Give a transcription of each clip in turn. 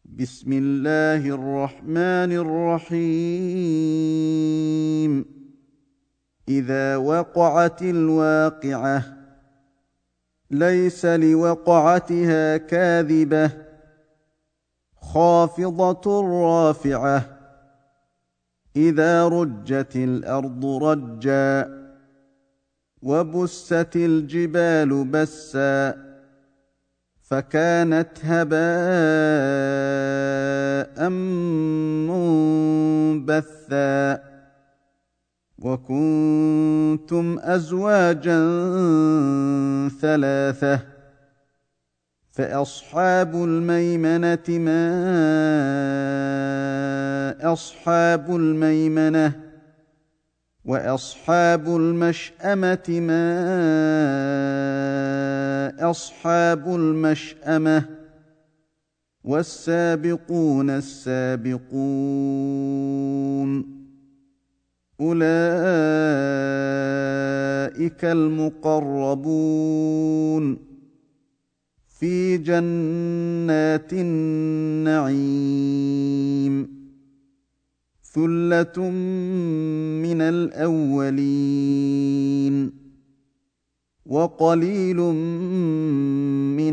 بسم الله الرحمن الرحيم. إذا وقعت الواقعة ليس لوقعتها كاذبة خافضة رافعة إذا رجت الأرض رجا وبست الجبال بسا فكانت هباء منبثا وكنتم أزواجا ثلاثة فأصحاب الميمنة ما أصحاب الميمنة وأصحاب المشأمة ما أصحاب المشأمة والسابقون السابقون أولئك المقربون في جنات النعيم ثلة من الأولين وقليل من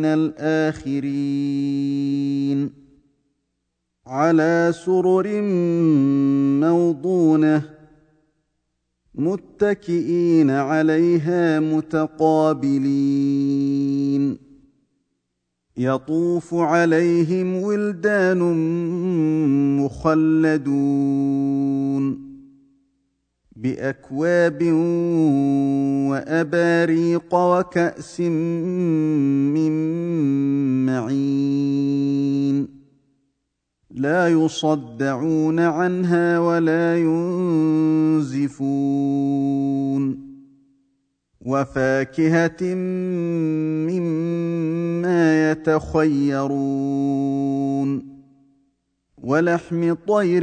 الآخرين على سرر موضونة متكئين عليها متقابلين يطوف عليهم ولدان مخلدون بأكواب وأباريق وكأس من معين لا يصدعون عنها ولا ينزفون وفاكهة مما يتخيرون ولحم طير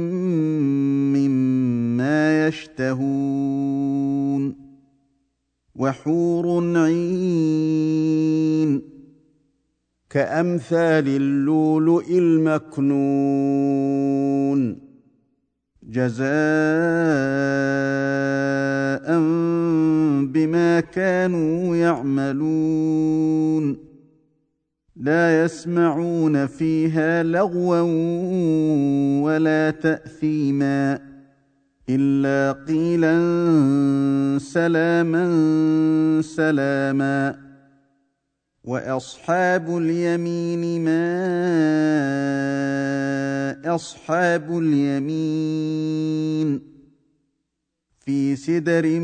مما يشتهون وحور عين كأمثال اللؤلؤ المكنون جزاء بما كانوا يعملون لا يسمعون فيها لغوا ولا تأثيما إلا قيلا سلاما سلاما وأصحاب اليمين ما أصحاب اليمين في سدر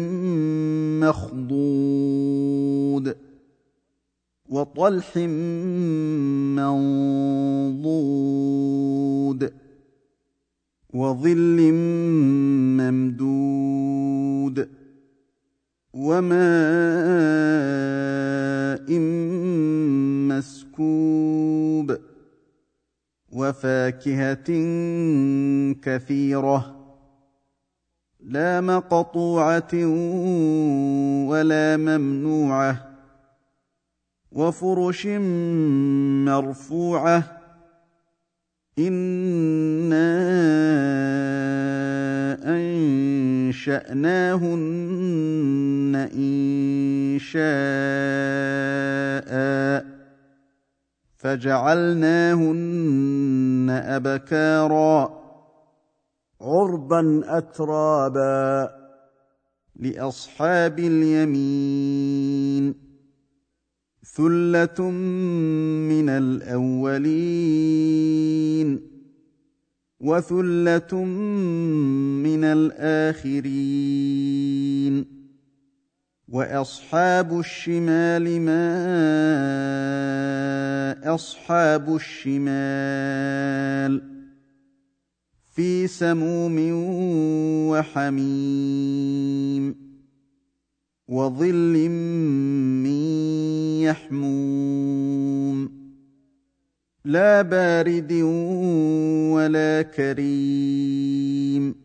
مخضود وطلح منضود وظل ممدود وماء مسكوب وفاكهة كثيرة لا مقطوعة ولا ممنوعة وفرش مرفوعة إنا أنشأناهن إنشاء فجعلناهن أبكارا عربا أترابا لأصحاب اليمين ثلة من الأولين وثلة من الآخرين وأصحاب الشمال ما أصحاب الشمال في سموم وحميم وظل من يحموم لا بارد ولا كريم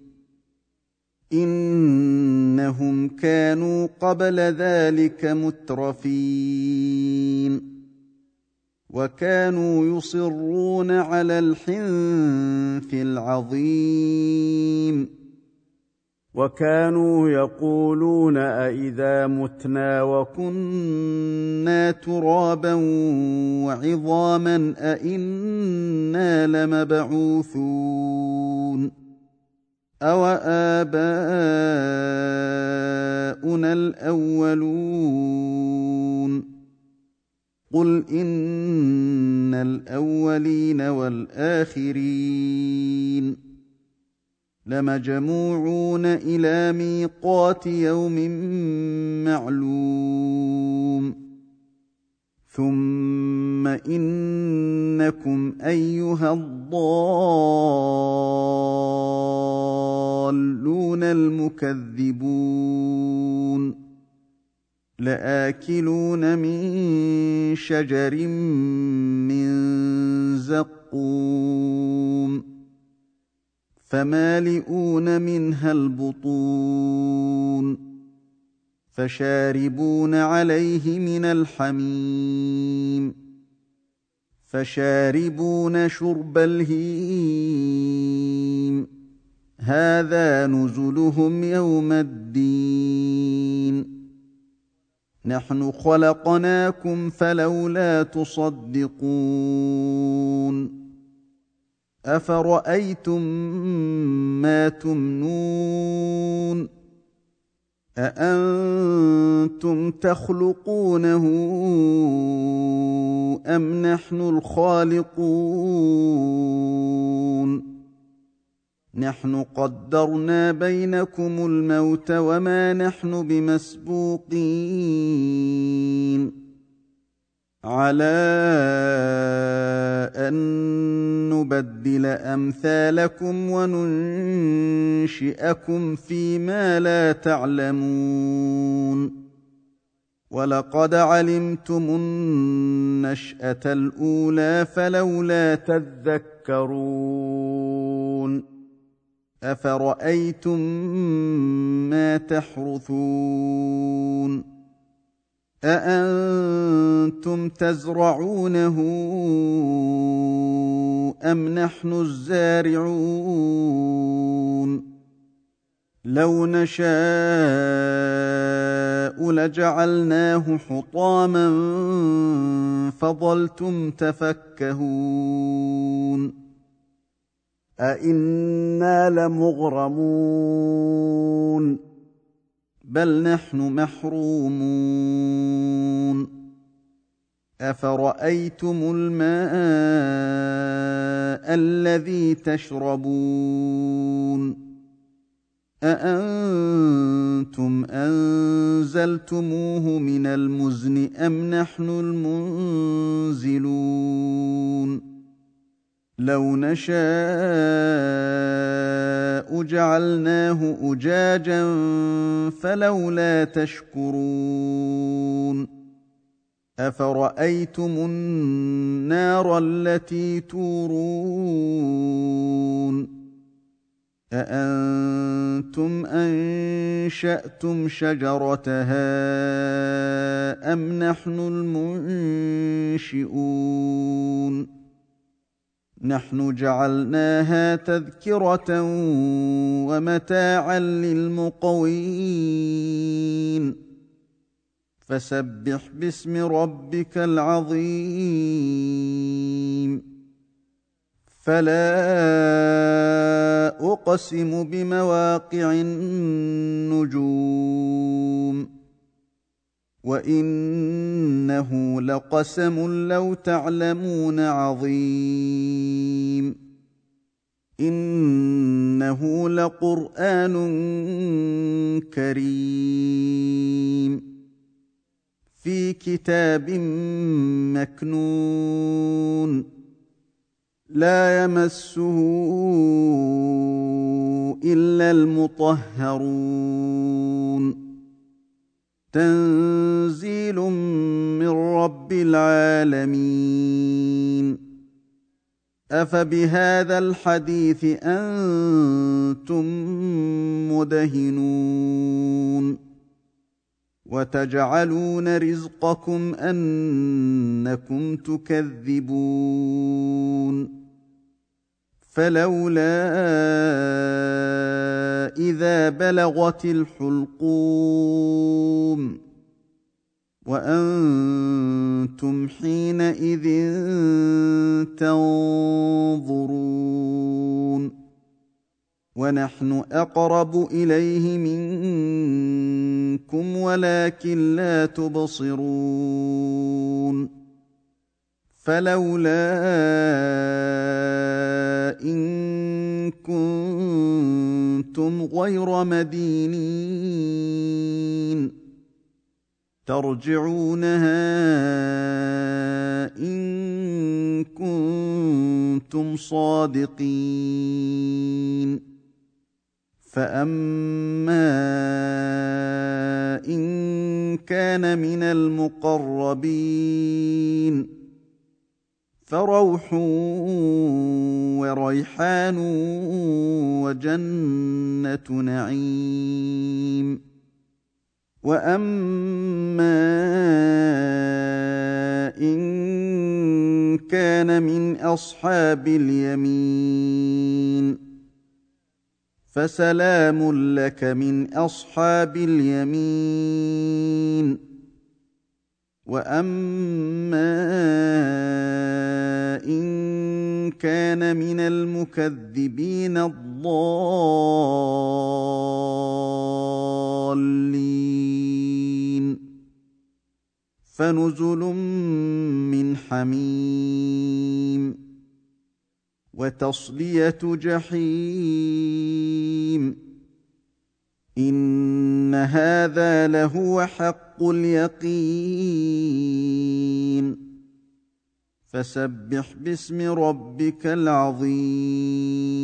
إنهم كانوا قبل ذلك مترفين وكانوا يصرون على الحنث العظيم وكانوا يقولون أإذا متنا وكنا ترابا وعظاما أإنا لمبعوثون أوآباؤنا الأولون قل إن الأولين والآخرين لمجموعون إلى ميقات يوم معلوم ثم إنكم أيها الضالون المكذبون لآكلون من شجر من زقوم فمالئون منها البطون فشاربون عليه من الحميم فشاربون شرب الهيم هذا نزلهم يوم الدين نحن خلقناكم فلولا تصدقون أفرأيتم ما تمنون أأنتم تخلقونه أم نحن الخالقون نحن قدرنا بينكم الموت وما نحن بمسبوقين على أن نبدل أمثالكم وننشئكم فيما لا تعلمون ولقد علمتم النشأة الأولى فلولا تذكرون أفرأيتم ما تحرثون أأنتم تزرعونه أم نحن الزارعون لو نشاء لجعلناه حطاما فظلتم تفكهون أئنا لمغرمون بل نحن محرومون أفرأيتم الماء الذي تشربون أأنتم أنزلتموه من المزن أم نحن المنزلون لو نشاء جعلناه أجاجا فلولا تشكرون أفرأيتم النار التي تورون أأنتم أنشأتم شجرتها أم نحن المنشئون نحن جعلناها تذكرة ومتاعا للمقوين فسبح باسم ربك العظيم فلا أقسم بمواقع النجوم وإنه لقسم لو تعلمون عظيم إنه لقرآن كريم في كتاب مكنون لا يمسه إلا المطهرون تنزيل من رب العالمين أفبهذا الحديث أنتم مدهنون وتجعلون رزقكم أنكم تكذبون فلولا إذا بلغت الحلقوم وأنتم حينئذ تنظرون ونحن أقرب إليه منكم ولكن لا تبصرون فلولا إن كنتم غير مدينين ترجعونها إن كنتم صادقين فأما إن كان من المقربين فروح وريحان وجنة نعيم وأما إن كان من أصحاب اليمين فسلام لك من أصحاب اليمين وأما إن كان من المكذبين الضالين فنزل من حميم وتصلية جحيم إن هذا لهو حق اليقين فسبح باسم ربك العظيم